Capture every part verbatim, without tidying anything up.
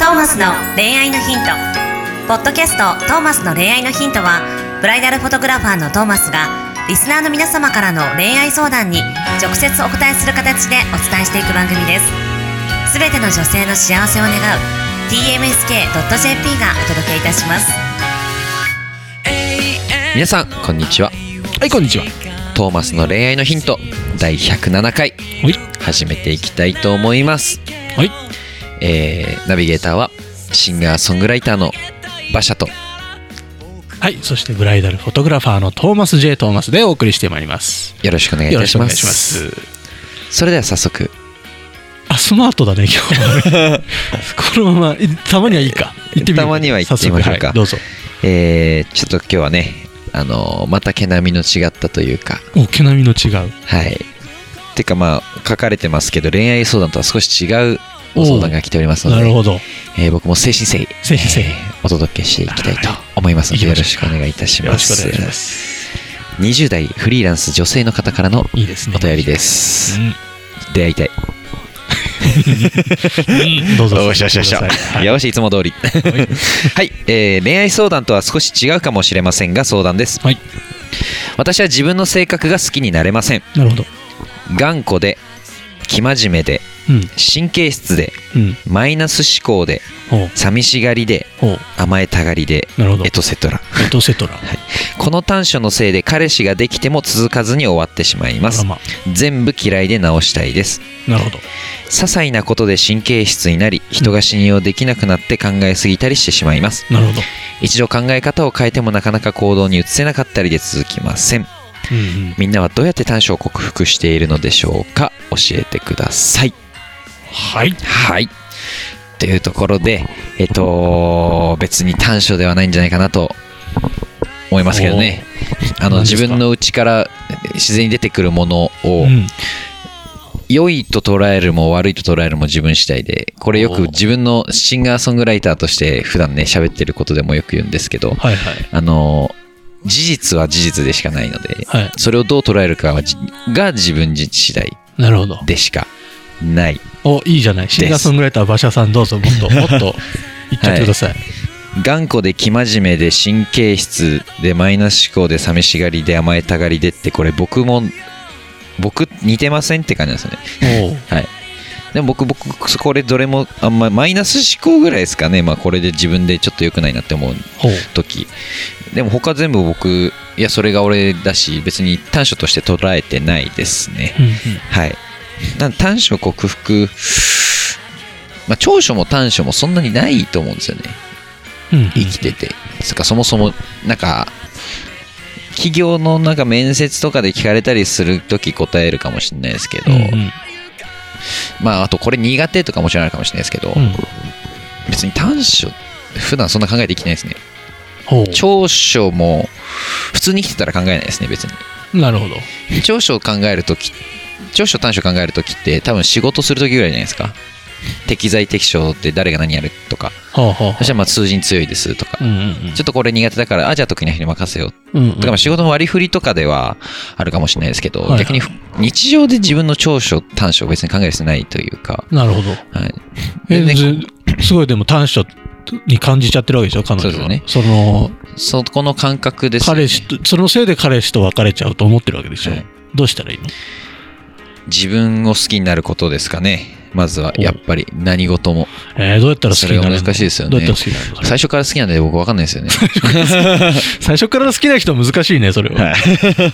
ーマスの恋愛のヒント。ポッドキャストトーマスの恋愛のヒントは、ブライダルフォトグラファーのトーマスがリスナーの皆様からの恋愛相談に直接お答えする形でお伝えしていく番組です。すべての女性の幸せを願う ティーエムエスケードットジェーピー がお届けいたします。 皆さんこんにちは。 はい、こんにちは。 トーマスの恋愛のヒントだいひゃくななかい、 はい、 始めていきたいと思います。 はい、 えー、ナビゲーターはシンガーソングライターの馬車と、 はい、そしてブライダルフォトグラファーのトーマス J トーマスでお送りしてまいります。 よろしくお願いいたします。 よろしくお願いします。 それでは早速。 あ、スマートだね今日はこのままたまにはいいか、行ってみよう。 たまには行ってみましょうか。 はい、どうぞ。 えー、ちょっと今日はね、あのー、また毛並みの違ったというか、 お、毛並みの違う、 はい、てかまあ書かれてますけど、恋愛相談とは少し違うご相談が来ておりますので、 なるほど、 えー、僕も誠心誠意誠心誠意、 えー、お届けしていきたいと思いますので、よろしくお願いいたします。 よろしくお願いします。 にじゅう代フリーランス女性の方からのいいですね、 お便りです。 うん、 出会いたいどうぞ。 よしよしよし、はい、よし、いつも通りはい、えー、恋愛相談とは少し違うかもしれませんが相談です。 はい、 私は自分の性格が好きになれません。 なるほど。 頑固で生真面目で、うん、神経質で、うん、マイナス思考で、寂しがりで、甘えたがりで、エトセトラエトセトラ、はい、 この短所のせいで彼氏ができても続かずに終わってしまいます。全部嫌いで直したいです。 なるほど。 些細なことで神経質になり、人が信用できなくなって考えすぎたりしてしまいます。 なるほど。 一度考え方を変えてもなかなか行動に移せなかったりで続きません。うんうん、みんなはどうやって短所を克服しているのでしょうか。教えてください。 はいはい。というところで、えっと別に短所ではないんじゃないかなと思いますけどね。あの自分の内から自然に出てくるものを、うん、良いと捉えるも悪いと捉えるも自分次第で、これよく自分のシンガーソングライターとして普段ね喋ってることでもよく言うんですけど、はいはい、あの事実は事実でしかないので、はい、それをどう捉えるかはが自分次第でしかない。 お、いいじゃない。シンガーソングライター馬車さん、どうぞもっともっと言っちゃってください。はい、 頑固で生真面目で神経質でマイナス思考で寂しがりで甘えたがりでって、これ僕も僕似てませんって感じなんですよね。はい。でも僕僕これどれもあんまマイナス思考ぐらいですかね。まあこれで自分でちょっと良くないなって思う時。でも他全部僕、いやそれが俺だし、別に短所として捉えてないですね。うんうん、はい。なん短所克服、まあ、長所も短所もそんなにないと思うんですよね。うんうん、生きてて。つかそもそもなんか企業のなんか面接とかで聞かれたりするとき答えるかもしれないですけど、うんうん、まああとこれ苦手とかもちろんあるかもしれないですけど、うん、別に短所普段そんな考えてきてないですね。長所も普通に生きてたら考えないですね、別に。 なるほど。 長所を考えるとき、長所短所を考えるときって多分仕事するときぐらいじゃないですか。適材適所って誰が何やるとか、はあはあ、そしたらまあ数字に強いですとか、うんうんうん、ちょっとこれ苦手だからあじゃあ得意な人に任せよう、うんうん、とか、まあ仕事の割り振りとかではあるかもしれないですけど、はいはい、逆に日常で自分の長所短所を別に考える必要ないというか。 なるほど。はい、えね、すごいでも短所に感じちゃってるわけでしょ、彼女は。そうですよね。そのそこの感覚ですね。 彼氏とそのせいで彼氏と別れちゃうと思ってるわけでしょ、はい、どうしたらいいの？ 自分を好きになることですかね。まずはやっぱり何事も。 えー、どうやったら好きになるの？ それが難しいですよね。 どうやったら好きになるの？ 最初から好きなんで僕分かんないですよね。 最初から好きな人は難しいね、それは。はい、そうか。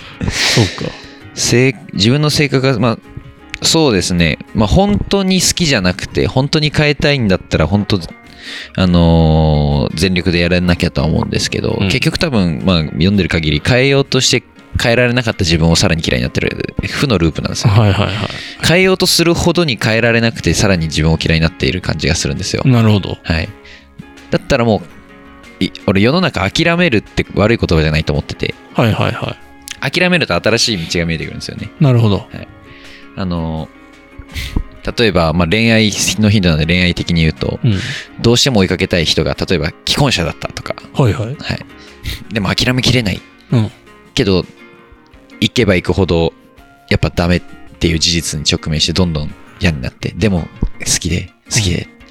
自分の性格が、まあそうですね。まあ本当に好きじゃなくて本当に変えたいんだったら本当あのー、全力でやらなきゃとは思うんですけど、うん、結局多分まあ読んでる限り変えようとして変えられなかった自分をさらに嫌いになってる負のループなんですよ、ね。はいはいはい。変えようとするほどに変えられなくてさらに自分を嫌いになっている感じがするんですよ。 なるほど。 はい。だったらもう俺世の中諦めるって悪い言葉じゃないと思ってて。はいはいはい。諦めると新しい道が見えてくるんですよね。 なるほど。はい。 あの例えば、まあ、恋愛の頻度なので恋愛的に言うと、うん、どうしても追いかけたい人が例えば既婚者だったとか、はいはいはい、でも諦めきれない、うん、けど行けば行くほどやっぱダメっていう事実に直面してどんどん嫌になって、でも好きで好きで、うんうん、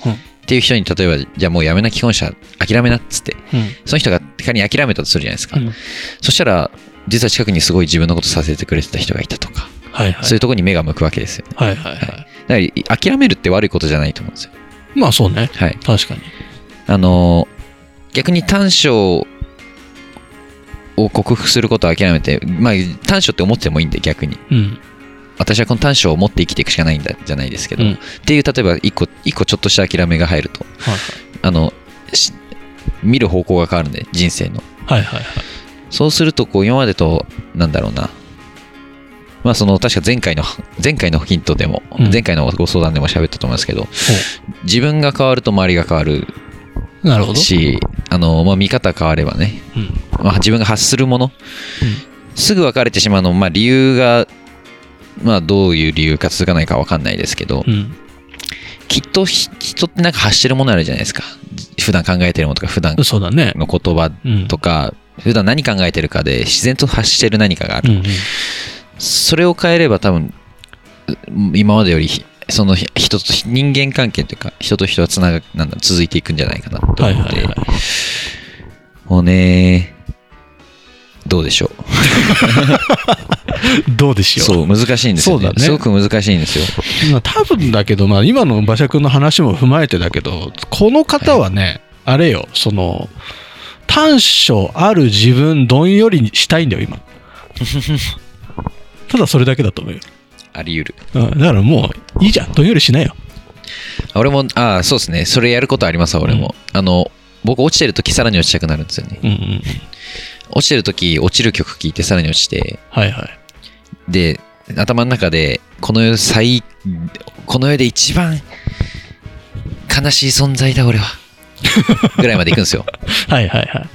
っていう人に例えばじゃあもうやめな既婚者諦めなっつって、 うん、 その人が仮に諦めたとするじゃないですか、 うん、 そしたら実は近くにすごい自分のことさせてくれてた人がいたとか、 はいはい、 そういうところに目が向くわけですよね。 はいはいはい。 はい、だから諦めるって悪いことじゃないと思うんですよ。 まあそうね。 はい。 確かに。 あの逆に短所を克服することを諦めて、まあ短所って思ってもいいんで逆に。うん。私はこの短所を持って生きていくしかないんだじゃないですけど、うん、っていう例えば一個一個ちょっとした諦めが入ると、はいはい、あの見る方向が変わるんで人生の。はいはいはい。そうするとこう今までとなんだろうな。まあその確か前回の前回のヒントでも、うん、前回のご相談でも喋ったと思いますけど、自分が変わると周りが変わる。 なるほど。 し、あのまあ見方変わればね、うん、まあ自分が発するもの、うん、すぐ別れてしまうのもまあ理由がまあどういう理由か続かないか分かんないですけど、うん、きっと人ってなんか発してるものあるじゃないですか。普段考えてるものとか普段の言葉とか、うん、普段何考えてるかで自然と発してる何かがある。うんうん、それを変えれば多分今までよりその人と人間関係というか人と人はつながなんだ続いていくんじゃないかなと思って、はいはいはい、もうねどうでしょうどうでしょう。 そう難しいんですよ ね, ねすごく難しいんですよ。 まあ、多分だけど、まあ、今の馬車君の話も踏まえてだけどこの方はね、はい、あれよその短所ある自分どんよりにしたいんだよ今ただそれだけだと思うよ。 あり得る、 うん、だからもういいじゃんどんよりしないよ。 俺もああそうですねそれやることあります俺も、うん、あの僕落ちてる時さらに落ちたくなるんですよね、うんうんうん、落ちてる時落ちる曲聴いてさらに落ちて、はいはい、で頭の中でこの世最この世で一番悲しい存在だ俺はぐらいまで行くんですよはいはいはい。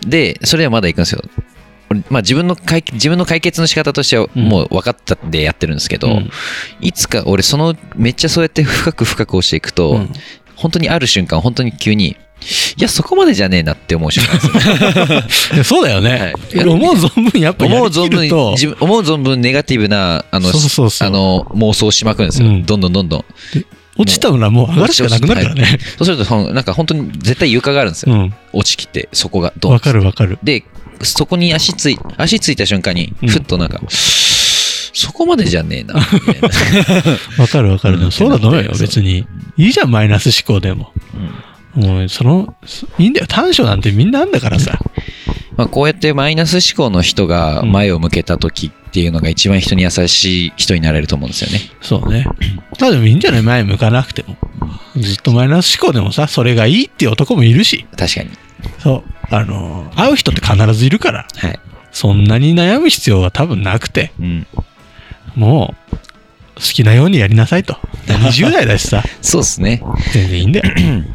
でそれではまだ行くんですよ。まあ、自分の解自分の解決の仕方としてはもう分かったんでやってるんですけど、うん、いつか俺そのめっちゃそうやって深く深く落ちていくと、うん、本当にある瞬間本当に急にいやそこまでじゃねえなって思う瞬間ですねそうだよね、はい、思う存分やっぱやりきると思う存分自分思う存分ネガティブなあのそうそうそうあの妄想しまくるんですよ、うん、どんどんどんどん落ちたのらもう上がるしかなくなるからね、はい、 そうするとなんか本当に絶対床があるんですよ、うん、落ちきってそこがどんわかるわかる。 でそこに足つい足ついた瞬間にふっとなんか、うん、そこまでじゃねえなみたいなわかるわかる、うん、そうだと思うよ別にいいじゃんマイナス思考でも、うん、もうそのいいんだよ短所なんてみんなあんだからさまあこうやってマイナス思考の人が前を向けた時っていうのが一番人に優しい人になれると思うんですよね。 そうね。ただでもいいんじゃない前向かなくてもずっとマイナス思考でもさそれがいいっていう男もいるし。 確かにそうあの会う人って必ずいるから、はい、そんなに悩む必要は多分なくて、うん、もう好きなようにやりなさいとにじゅう代だしさそうっすね全然いいんだよ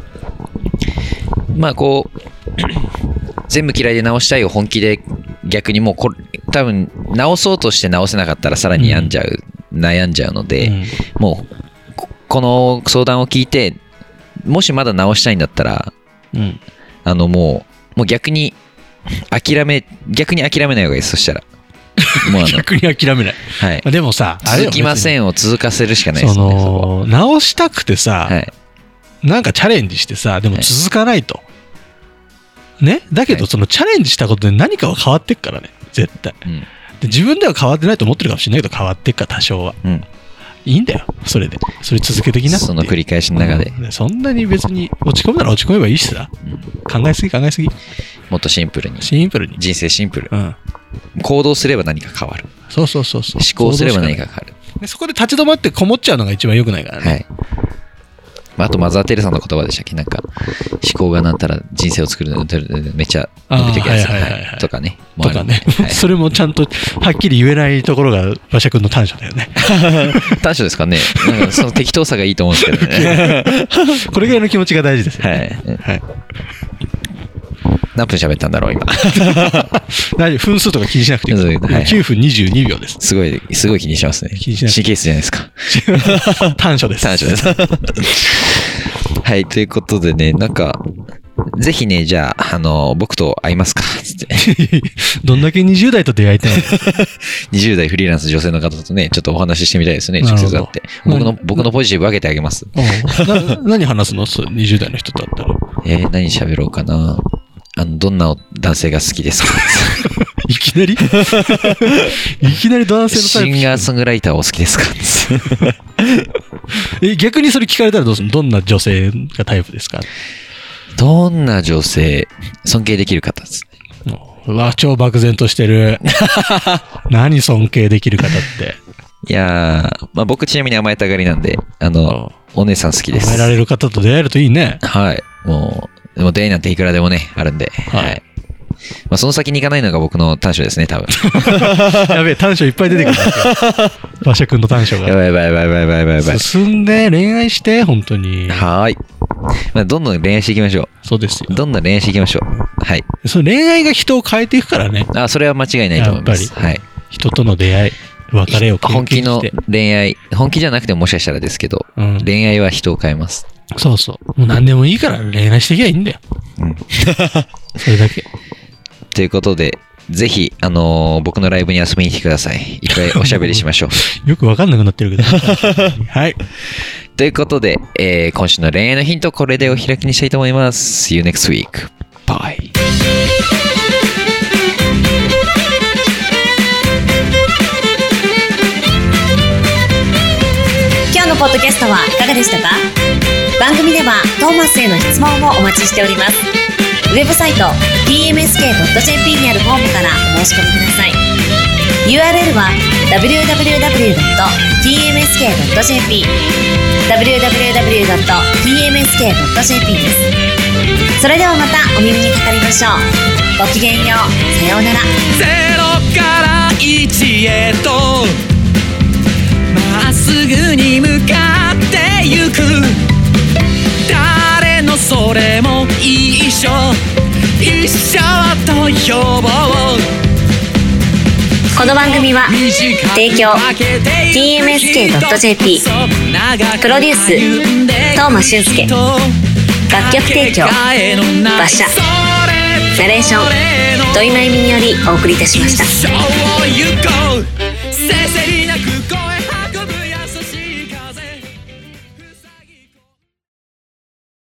まあこう全部嫌いで直したいを本気で逆にもうこれ多分直そうとして直せなかったらさらに病んじゃう、うん、悩んじゃうので、うん、もうこの相談を聞いてもしまだ直したいんだったら、うん、あのもうもう逆に諦め逆に諦めない方がいいです。そしたらもうあの逆に諦めない、 はい、 でもさ続きませんを続かせるしかないですね。 その直したくてさ、はい、なんかチャレンジしてさでも続かないと、はい、ねだけどそのチャレンジしたことで何かは変わっていくからね絶対、うん、で自分では変わってないと思ってるかもしれないけど変わっていくから多少は、うん、いいんだよそれでそれ続けてきなってその繰り返しの中で、 うん、そんなに別に落ち込むなら落ち込めばいいしさ、うん、考えすぎ考えすぎもっとシンプルにシンプルに人生シンプル、うん、行動すれば何か変わる。 そうそうそうそう思考すれば何か変わる。 でそこで立ち止まってこもっちゃうのが一番良くないからね、はいまあ、あとマザー・テレサの言葉でしたっけなんか思考がなんたら人生を作るのめっちゃ伸びてくやつとかねとかね、はい、それもちゃんとはっきり言えないところが馬車君の短所だよね短所ですかね。なんかその適当さがいいと思うんですけどねこれぐらいの気持ちが大事ですよね、 はいはい、何分喋ったんだろう今大丈夫分数とか気にしなくていい、はい、きゅうふんにじゅうにびょうです。 すごいすごい気にしますね。 気にしなくて神経質じゃないですか短所です短所ですはいということでねなんかぜひね、じゃあ、あの、僕と会いますかつって。 どんだけにじゅう代と出会いたいの？ にじゅう代フリーランス女性の方とね、ちょっとお話ししてみたいですね、直接会って。僕の、僕のポジティブ分けてあげます。 な何話すの？にじゅう代の人と会ったら。 えー、何喋ろうかな。あの、どんな男性が好きですか？ いきなりいきなり男性のタイプ。 シンガーソングライターお好きですか？ え、逆にそれ聞かれたらどうするの？どんな女性がタイプですか？ どんな女性、尊敬できる方ですね。 うわ、超漠然としてる。何尊敬できる方って。 いやー、まあ僕ちなみに甘えたがりなんで、あの、お姉さん好きです。 甘えられる方と出会えるといいね。 はい。もう、でも出会いなんていくらでもね、あるんで。はい。はい、まあその先に行かないのが僕の短所ですね、多分。 やべえ、短所いっぱい出てくる。馬車くんの短所が。 やばいやばいやばいやばいやばいやばい。 進んで恋愛して、本当に。 はーい。まあどんどん恋愛していきましょう。 そうですよ。 どんどん恋愛していきましょう。はい。 その恋愛が人を変えていくからね。 あ、それは間違いないと思います。はい。 人との出会い。別れを経験して。 本気の恋愛、本気じゃなくてももしかしたらですけど、うん、恋愛は人を変えます。 そうそう。もう何でもいいから恋愛していけばいいんだよ。うん。それだけ。 ということで、ぜひ、あのー、僕のライブに遊びに来てください。いっぱいおしゃべりしましょう。よくわかんなくなってるけど。はい。 ということで、えー、今週の恋愛のヒント、これでお開きにしたいと思います。See you next week. Bye. 今日のポッドキャストはいかがでしたか？番組ではトーマスへの質問もお待ちしております。ウェブサイト ティーエムエスケードットジェーピー にあるフォームからお申し込みください。 ユーアールエル は ダブリューダブリューダブリュードットティーエムエスケードットジェーピー ダブリューダブリューダブリュードットティーエムエスケードットジェーピー です。それではまたお耳にかかりましょう。ごきげんよう。さようなら。 ゼロからいちへとまっすぐに向かってゆく、誰のそれも一緒一緒と呼ぼう。 この番組は提供 ティーエムエスケードットジェーピー プロデュース東間俊介、楽曲提供馬車、ナレーション土井真由美によりお送りいたしました。